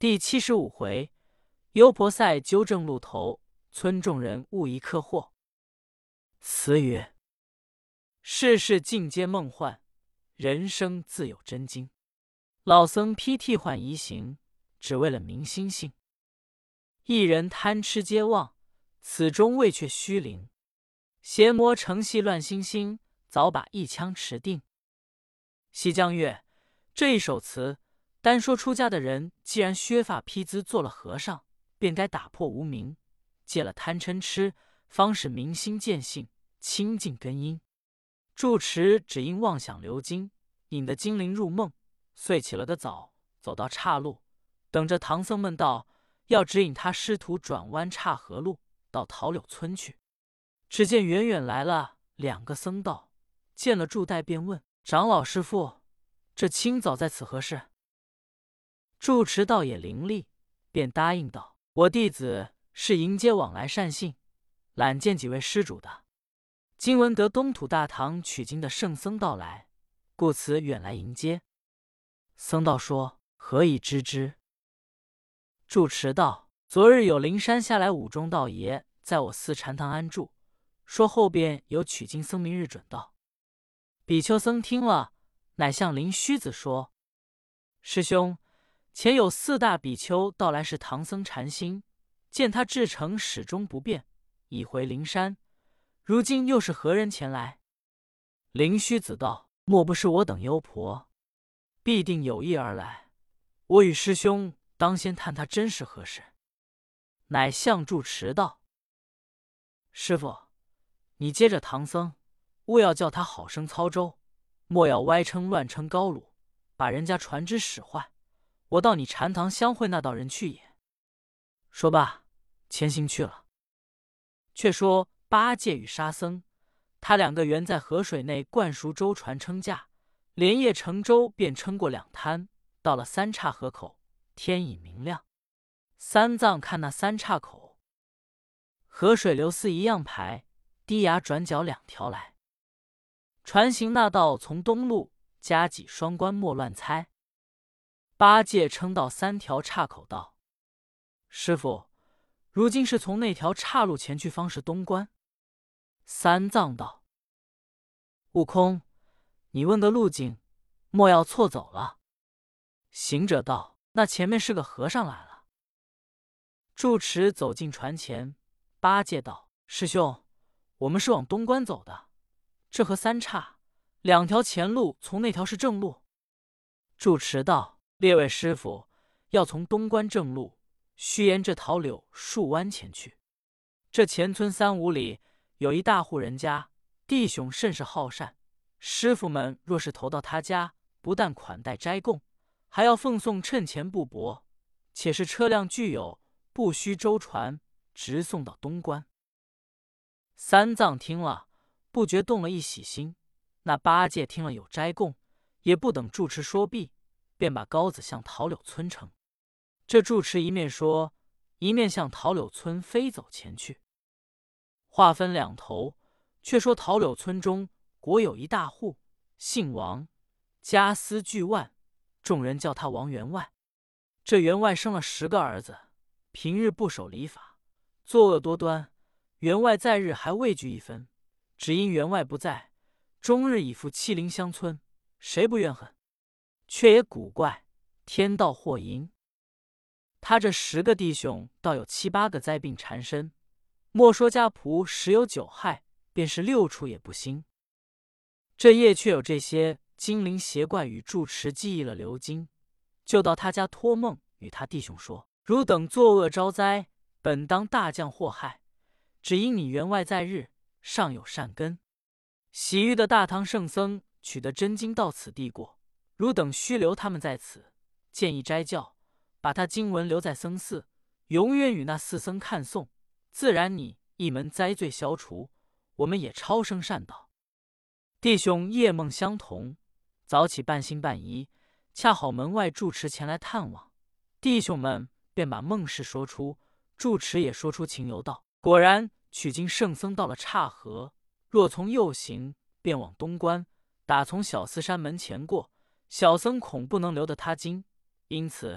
第75回，幽婆塞纠正路头，村众人误疑客祸。词曰：世事尽皆梦幻，人生自有真经。老僧披替换移形，只为了明心性。一人贪吃皆忘，此中未却虚灵。邪魔成戏乱星星，早把一枪持定。西江月这一首词，单说出家的人，既然削发披姿做了和尚，便该打破无明，戒了贪嗔痴，方使明心见性，清净根因。住持只因妄想流经，引得精灵入梦，遂起了个早，走到岔路，等着唐僧们到，要指引他师徒转弯岔河路，到桃柳村去。只见远远来了2个僧道，见了住代便问长老师父：这清早在此何事？住持倒也伶俐，便答应道：我弟子是迎接往来善信，览见几位施主的。今闻得东土大唐取经的圣僧到来，故此远来迎接。僧道说：何以知之？住持道：昨日有灵山下来五中道爷在我寺禅堂安住，说后边有取经僧明日准到。比丘僧听了，乃向灵虚子说：师兄，前有4大比丘到来是唐僧禅心，见他至诚始终不变，已回灵山，如今又是何人前来？灵虚子道：莫不是我等幽婆，必定有意而来。我与师兄当先探他真是何事。乃向住持道：师父，你接着唐僧，勿要叫他好生操舟，莫要歪称乱称高鲁，把人家船只使坏。我到你禅堂相会那道人去也。说罢，前行去了。却说八戒与沙僧，他2个原在河水内灌熟舟船撑架，连夜乘舟便撑过2滩，到了3岔河口，天已明亮。三藏看那3岔口，河水流似一样排，低崖转角2条来。船行那道从东路，夹挤双关莫乱猜。八戒撑到3条岔口道：师父，如今是从那条岔路前去方是东关。三藏道：悟空，你问个路径，莫要错走了。行者道：那前面是个和尚来了。住持走进船前，八戒道：师兄，我们是往东关走的，这河3岔，2条前路从那条是正路。住持道：列位师傅，要从东关正路，须沿着桃柳树湾前去。这前村3、5里有一大户人家，弟兄甚是好善，师傅们若是投到他家，不但款待斋供，还要奉送趁钱不薄，且是车辆具有，不须舟船，直送到东关。三藏听了，不觉动了一喜心。那八戒听了有斋供，也不等住持说毕，便把篙子向桃柳村撑。这住持一面说，一面向桃柳村飞走前去。话分2头，却说桃柳村中果有一大户，姓王，家私巨万，众人叫他王员外。这员外生了10个儿子，平日不守礼法，作恶多端。员外在日还未惧一分，只因员外不在，终日以赴欺凌乡村，谁不怨恨？却也古怪，天道祸淫。他这10个弟兄，倒有7、8个灾病缠身，莫说家仆10有9害，便是6处也不兴。这夜却有这些精灵邪怪与住持记忆了流经，就到他家托梦，与他弟兄说：汝等作恶招灾，本当大降祸害，只因你员外在日，尚有善根。洗浴的大唐圣僧取得真经到此地过，汝等须留他们在此，建议斋教，把他经文留在僧寺，永远与那4僧看诵，自然你一门灾罪消除，我们也超生善道。弟兄夜梦相同，早起半信半疑，恰好门外住持前来探望，弟兄们便把梦事说出，住持也说出情由道：果然取经圣僧到了岔河，若从右行，便往东关，打从小厮山门前过，小僧恐不能留得他经，因此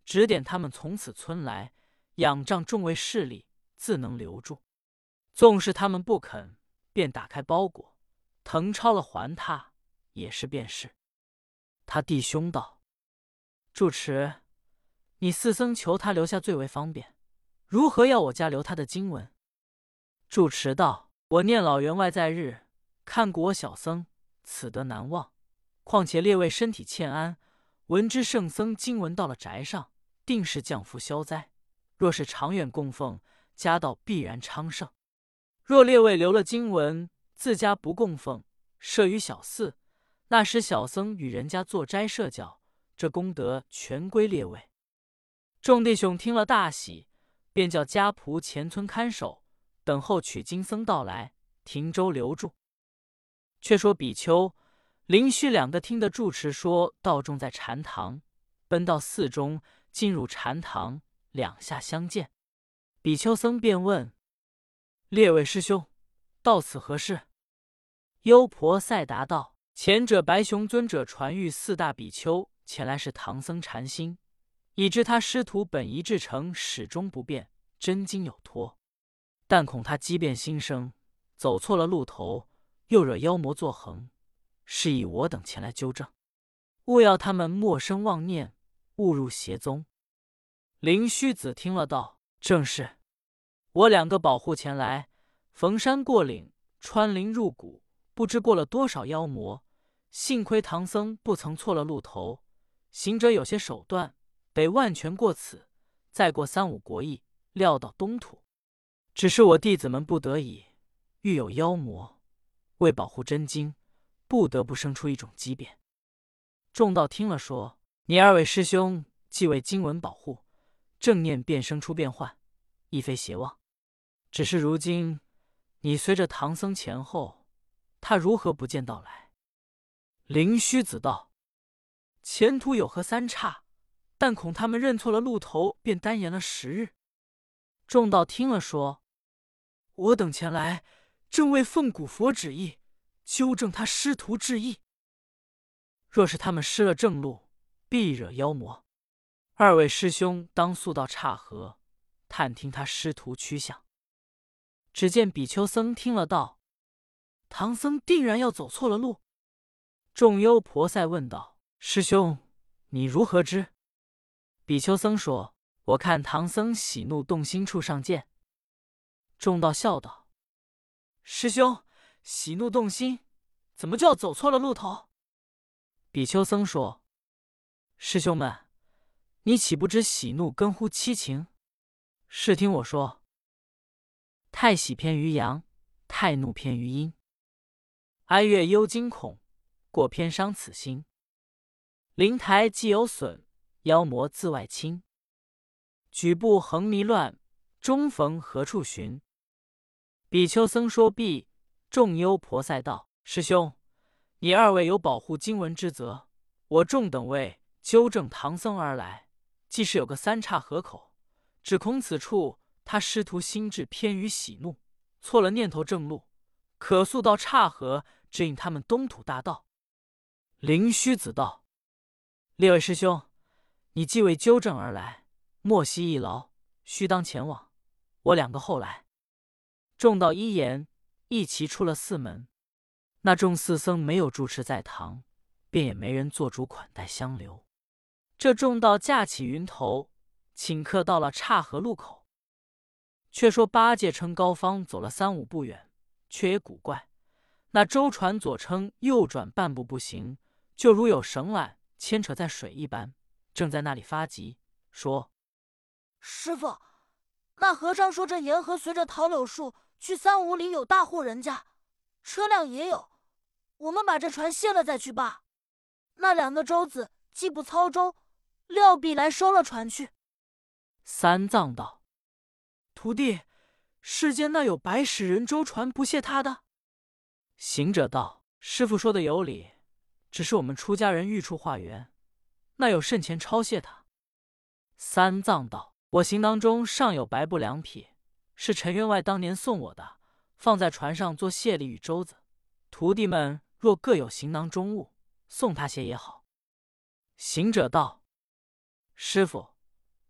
指点他们从此村来，仰仗众位势力，自能留住。纵是他们不肯，便打开包裹，誊抄了还他，也是便是。他弟兄道：“住持，你四僧求他留下最为方便，如何要我家留他的经文？”住持道：“我念老员外在日，看过我小僧，此德难忘。况且列位身体欠安，闻之圣僧经文到了宅上，定是降福消灾。若是长远供奉，家道必然昌盛。若列位留了经文，自家不供奉，设于小寺，那时小僧与人家做斋设教，这功德全归列位。”众弟兄听了大喜，便叫家仆前村看守，等候取经僧到来，停舟留住。却说比丘、灵虚两个听得住持说道众在禅堂，奔到寺中，进入禅堂，两下相见。比丘僧便问：“列位师兄，到此何事？”优婆塞答道：“前者白熊尊者传谕四大比丘前来是唐僧禅心，已知他师徒本一至诚，始终不变，真经有托。但恐他机变心生，走错了路头，又惹妖魔作横，是以我等前来纠正，勿要他们莫生妄念，误入邪宗。”灵虚子听了道：“正是，我两个保护前来，逢山过岭，穿林入谷，不知过了多少妖魔。幸亏唐僧不曾错了路头，行者有些手段，得万全过此，再过3-5国邑，料到东土。只是我弟子们不得已，遇有妖魔，为保护真经，不得不生出一种机变。”众道听了说：“你二位师兄既为经文保护，正念便生出变幻，亦非邪妄。只是如今你随着唐僧前后，他如何不见到来？”灵虚子道：“前途有何三差？但恐他们认错了路头，便单延了10日。”众道听了说：“我等前来，正为奉古佛旨意，纠正他师徒之意。若是他们失了正路，必惹妖魔。二位师兄当速到刹河，探听他师徒去向。”只见比丘僧听了道：“唐僧定然要走错了路。”众优婆塞问道：“师兄，你如何知？”比丘僧说：“我看唐僧喜怒动心处上见。”众道笑道：“师兄，喜怒动心，怎么就要走错了路头？”比丘僧说：“师兄们，你岂不知喜怒根乎七情？试听我说：太喜偏于阳，太怒偏于阴。哀乐忧惊恐，过偏伤此心。灵台既有损，妖魔自外侵。举步横迷乱，终逢何处寻？”比丘僧说毕，众优婆塞道：“师兄，你二位有保护经文之责，我众等为纠正唐僧而来，既是有个三岔河口，只恐此处他师徒心智偏于喜怒，错了念头正路，可速到岔河，指引他们东土大道。”灵虚子道：“列位师兄，你既为纠正而来，莫惜一劳，须当前往，我两个后来。”众道依言，一齐出了寺门。那众四僧没有住持在堂，便也没人做主款待相留。这众道架起云头，请客到了岔河路口。却说八戒撑高方走了3-5步远，却也古怪，那舟船左撑右转半步不行，就如有绳缆牵扯在水一般，正在那里发急，说：“ 师傅，那和尚说这沿河随着桃柳树去3-5里有大户人家，车辆也有，我们把这船卸了再去罢。那2个舟子既不操舟，料必来收了船去。” 三藏道：“徒弟，世间那有白使人舟船不卸他的？”行者道：“师父说的有理，只是我们出家人欲处化缘，那有甚钱抄卸他？”三藏道：“我行囊中尚有白布2匹，是陈员外当年送我的，放在船上做谢礼与舟子。徒弟们若各有行囊中物，送他些也好。”行者道：“师父，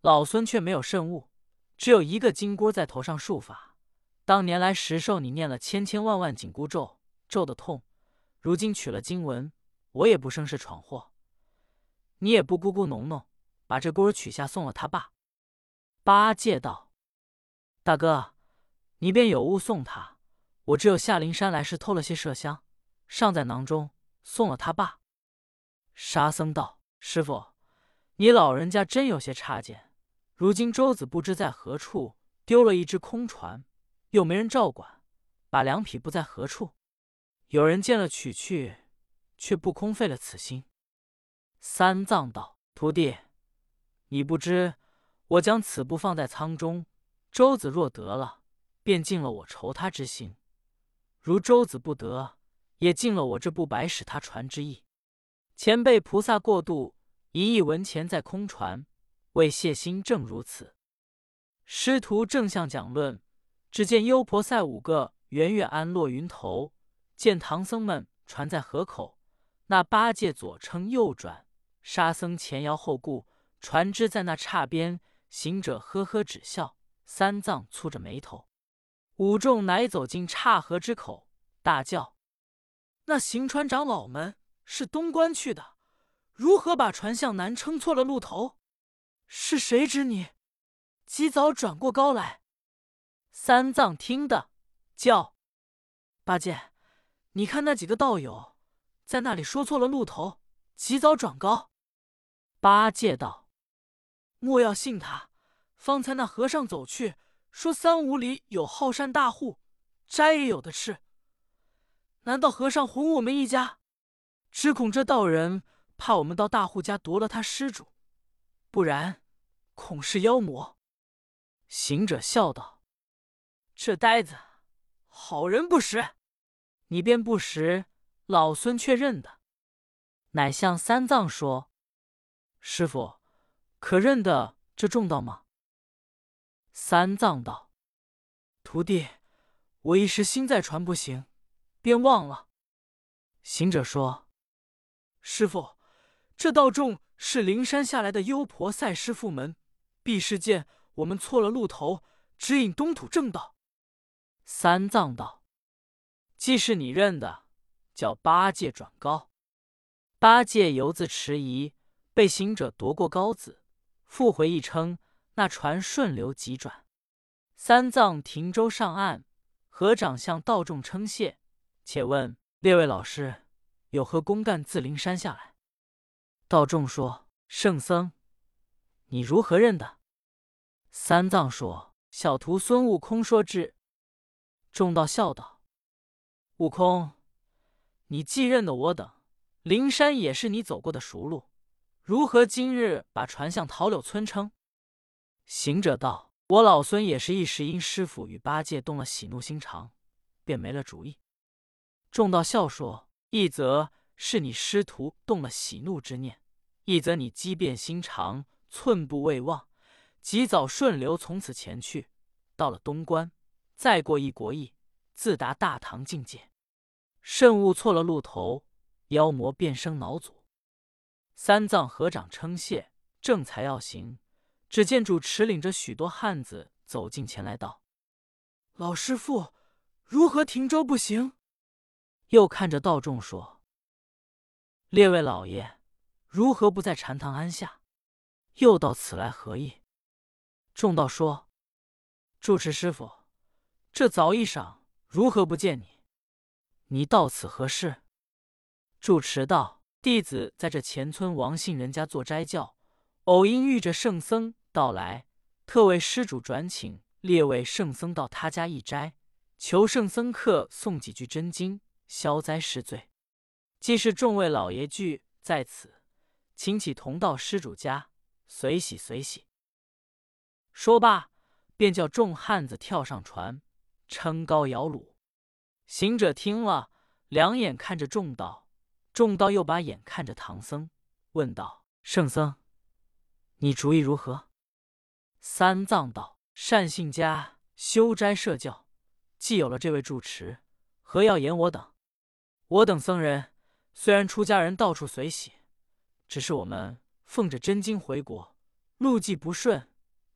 老孙却没有甚悟，只有一个金箍在头上术法。当年来石兽你念了千千万万紧箍咒，咒得痛，如今取了经文，我也不生事闯祸，你也不咕咕哝哝，把这箍儿取下送了他罢。八戒道：大哥，你便有物送他，我只有下灵山来时偷了些麝香，尚在囊中，送了他罢。沙僧道：师傅，你老人家真有些差见，如今舟子不知在何处，丢了一只空船，又没人照管，把两匹布在何处？有人见了取去，却不空费了此心。三藏道：徒弟，你不知我将此布放在舱中，舟子若得了，便尽了我酬他之心；如舟子不得，也尽了我这布白使他船之意。前辈菩萨过度，一亿文钱在空船，为谢心正如此。师徒正向讲论，只见优婆塞5个圆月安落云头，见唐僧们船在河口，那八戒左撑右转，沙僧前摇后顾，船只在那岔边，行者呵呵只笑，三藏蹙着眉头。五众乃走进岔河之口，大叫：那行船长老们是东关去的，如何把船向南撑错了路头？是谁指你？及早转过高来。三藏听得叫：八戒，你看那几个道友在那里说错了路头，及早转高。八戒道：莫要信他，方才那和尚走去，说三五里有好山大户，斋也有的吃。难道和尚哄我们一家？只恐这道人怕我们到大户家夺了他施主，不然恐是妖魔。行者笑道：这呆子，好人不识，你便不识，老孙却认得。乃向三藏说：师傅，可认得这众道吗？三藏道：徒弟，我一时心在船不行，便忘了。行者说：师傅，这道众是灵山下来的优婆塞师傅们，必是见我们错了路头，指引东土正道。三藏道：既是你认的，叫八戒转高。八戒犹自迟疑，被行者夺过篙子，复回一撑，那船顺流急转。三藏停舟上岸，合掌向道众称谢，且问列位老师有何公干自灵山下来？道众说：圣僧，你如何认的？三藏说：小徒孙悟空说至。众道笑道：悟空，你既认得我等，灵山也是你走过的熟路，如何今日把船向桃柳村称？行者道：我老孙也是一时因师傅与八戒动了喜怒心肠，便没了主意。众道笑说：一则是你师徒动了喜怒之念，一则你机变心肠，寸步未忘，及早顺流从此前去，到了东关，再过一国驿，自达大唐境界，慎误错了路头，妖魔变生恼阻。三藏合掌称谢，正才要行，只见主持领着许多汉子走近前来道：老师傅，如何停舟不行？又看着道众说：列位老爷，如何不在禅堂安下？又到此来何意？众道说：住持师傅，这早一晌如何不见你？你到此何事？住持道：弟子在这前村王姓人家做斋教，偶因遇着圣僧到来，特为施主转请列位圣僧到他家一斋，求圣僧客诵几句真经，消灾释罪。既是众位老爷聚在此，请起同到施主家，随喜随喜。说罢，便叫众汉子跳上船，撑篙摇橹。行者听了，两眼看着众道，众道又把眼看着唐僧，问道：圣僧，你主意如何？三藏道：善信家修斋设教，既有了这位住持，何要言我等？我等僧人虽然出家人到处随喜，只是我们奉着真经回国，路迹不顺，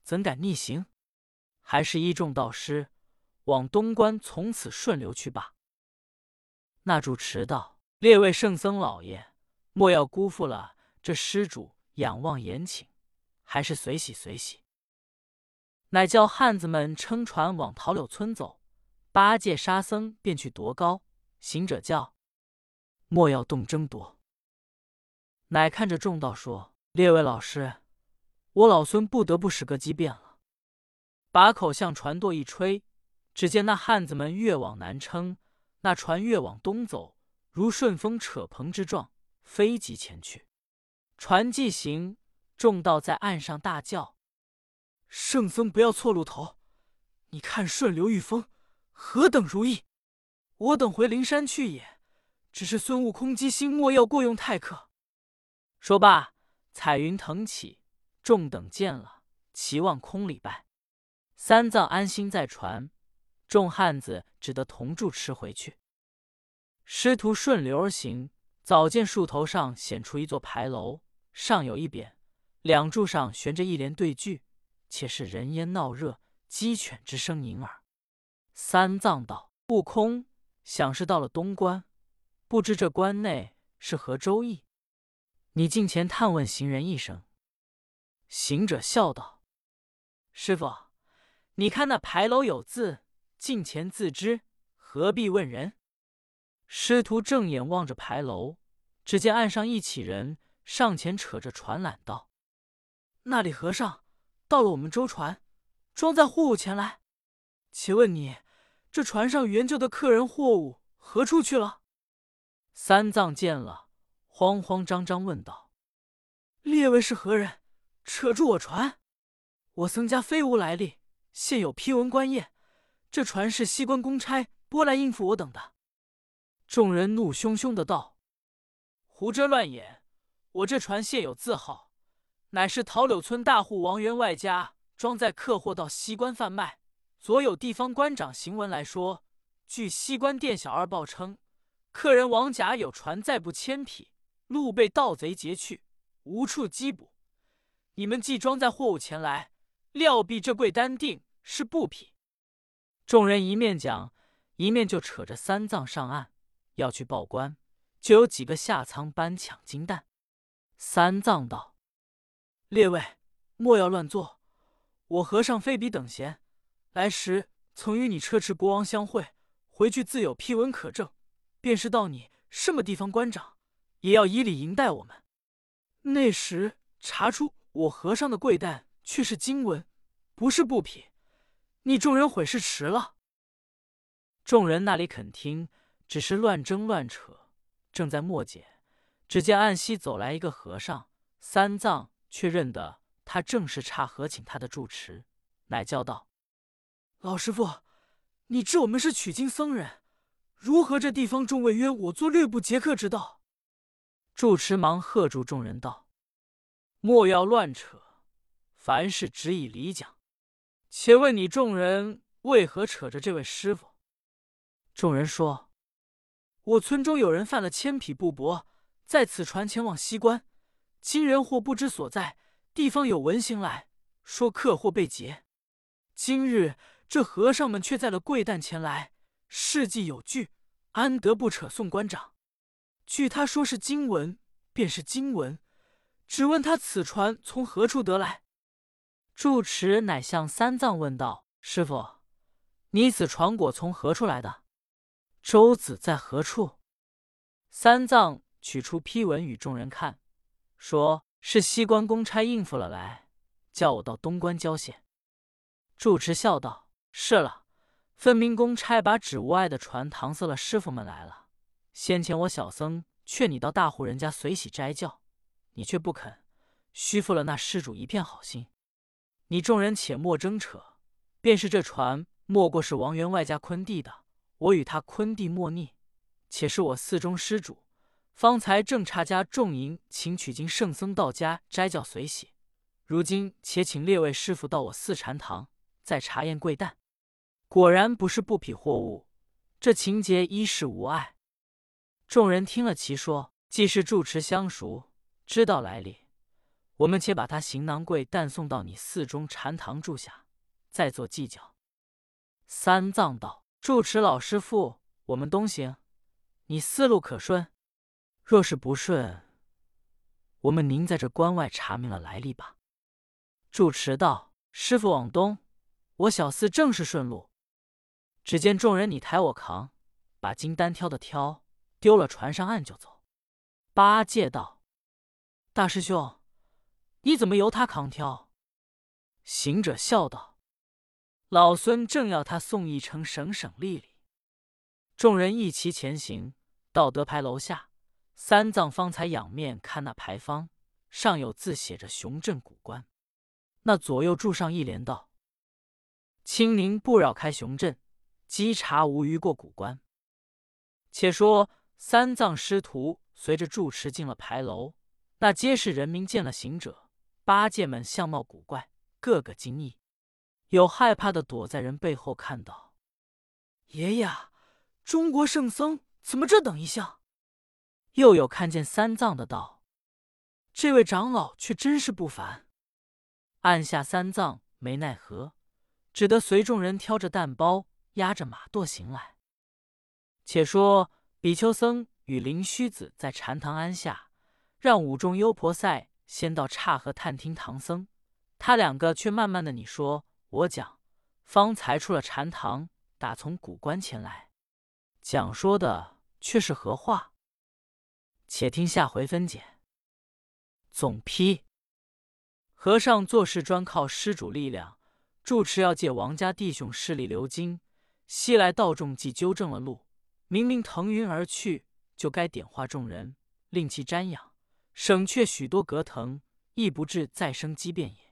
怎敢逆行？还是依众道师，往东关从此顺流去罢。”那住持道：“列位圣僧老爷，莫要辜负了这施主仰望言请，还是随喜随喜。”乃叫汉子们撑船往桃柳村走，八戒沙僧便去夺高。行者叫：“莫要动争夺。”乃看着众道说：“列位老师，我老孙不得不使个机变了。”把口向船舵一吹，只见那汉子们越往南撑，那船越往东走，如顺风扯蓬之状，飞疾前去。船既行，众道在岸上大叫：“圣僧不要错路头，你看顺流遇风，何等如意！我等回灵山去也，只是孙悟空机心莫要过用太可。”说罢，彩云腾起，众等见了，齐望空礼拜。三藏安心在船，众汉子只得同住持回去。师徒顺流而行，早见树头上显出一座牌楼，上有一匾，两柱上悬着一联对句，且是人烟闹热，鸡犬之声盈耳。三藏道：“悟空，想是到了东关，不知这关内是何州邑？你近前探问行人一声。”行者笑道：“师傅，你看那牌楼有字，近前自知，何必问人？”师徒正眼望着牌楼，只见岸上一起人上前扯着船缆道：“那里和尚到了我们舟船，装载货物前来。且问你，这船上原就的客人货物何处去了？”三藏见了，慌慌张张问道：“列位是何人？扯住我船！我僧家非无来历，现有批文官业，这船是西关公差拨来应付我等的。”众人怒汹汹的道：“胡遮乱言！我这船现有字号，乃是桃柳村大户王员外家装载客货到西关贩卖。昨有地方官长行文来说，据西关店小二报称，客人王甲有船载不千匹，路被盗贼劫去，无处缉捕。你们既装载货物前来，料必这柜单定是布匹。”众人一面讲，一面就扯着三藏上岸，要去报官，就有几个下舱搬抢金蛋。三藏道：“列位莫要乱作，我和尚非比等闲，来时曾与你车迟国王相会，回去自有批文可证。便是到你什么地方官长，也要以礼迎待我们。那时查出我和尚的贵担却是经文，不是布匹，你众人悔是迟了。”众人那里肯听，只是乱争乱扯，正在末解，只见岸西走来一个和尚，三藏却认得他正是差和请他的住持，乃叫道：“老师傅，你知我们是取经僧人，如何这地方众位约我做略部截客之道？”住持忙喝住众人道：“莫要乱扯，凡事只以理讲。且问你众人为何扯着这位师傅？”众人说：“我村中有人犯了千匹布帛，在此船前往西关，今人或不知所在，地方有文行来说客货被劫。今日这和尚们却载了贵担前来，事迹有据，安得不扯送官长？据他说是经文，便是经文，只问他此船从何处得来？”住持乃向三藏问道：“师傅，你此船果从何处来的？舟子在何处？”三藏取出批文与众人看，说是西关公差应付了来，叫我到东关交谢。住持笑道：“是了，分明公差把只无碍的船搪塞了师傅们来了。先前我小僧劝你到大户人家随喜斋教，你却不肯，虚负了那施主一片好心。你众人且莫争扯，便是这船莫过是王员外家昆弟的，我与他昆弟莫逆，且是我寺中施主，方才正差家众银请取经圣僧到家斋教随喜，如今且请列位师傅到我寺禅堂，再查验贵担，果然不是布匹货物，这情节一是无碍。”众人听了其说，既是住持相熟，知道来历， 我们且把他行囊柜带送到你寺中禅堂住下，再做计较。三藏道：住持老师傅，我们东行，你思路可顺？若是不顺，我们宁在这关外查明了来历吧。住持道：师傅往东，我小厮正是顺路。只见众人你抬我扛，把金单挑的挑，丢了船上岸就走。八戒道：大师兄，你怎么由他扛挑？行者笑道：老孙正要他送一程省省力哩。众人一齐前行，到德牌楼下，三藏方才仰面看那牌坊，上有字写着雄镇古关。那左右注上一联道：清宁不扰开雄镇，稽查无虞过古关。且说三藏师徒随着住持进了牌楼，那皆是人民见了行者、八戒们相貌古怪，个个惊异，有害怕的躲在人背后看道：爷爷，中国圣僧怎么这等一相？又有看见三藏的道：这位长老却真是不凡。按下三藏没奈何，只得随众人挑着担包，压着马垛行来。且说比丘僧与灵虚子在禅堂安下，让五众优婆塞先到刹河探听唐僧，他两个却慢慢的你说我讲，方才出了禅堂，打从古关前来。讲说的却是何话？且听下回分解。总批：和尚做事专靠施主力量，住持要借王家弟兄势力留京。西来道众既纠正了路，明明腾云而去，就该点化众人，令其瞻仰，省却许多隔腾，亦不致再生畸变也。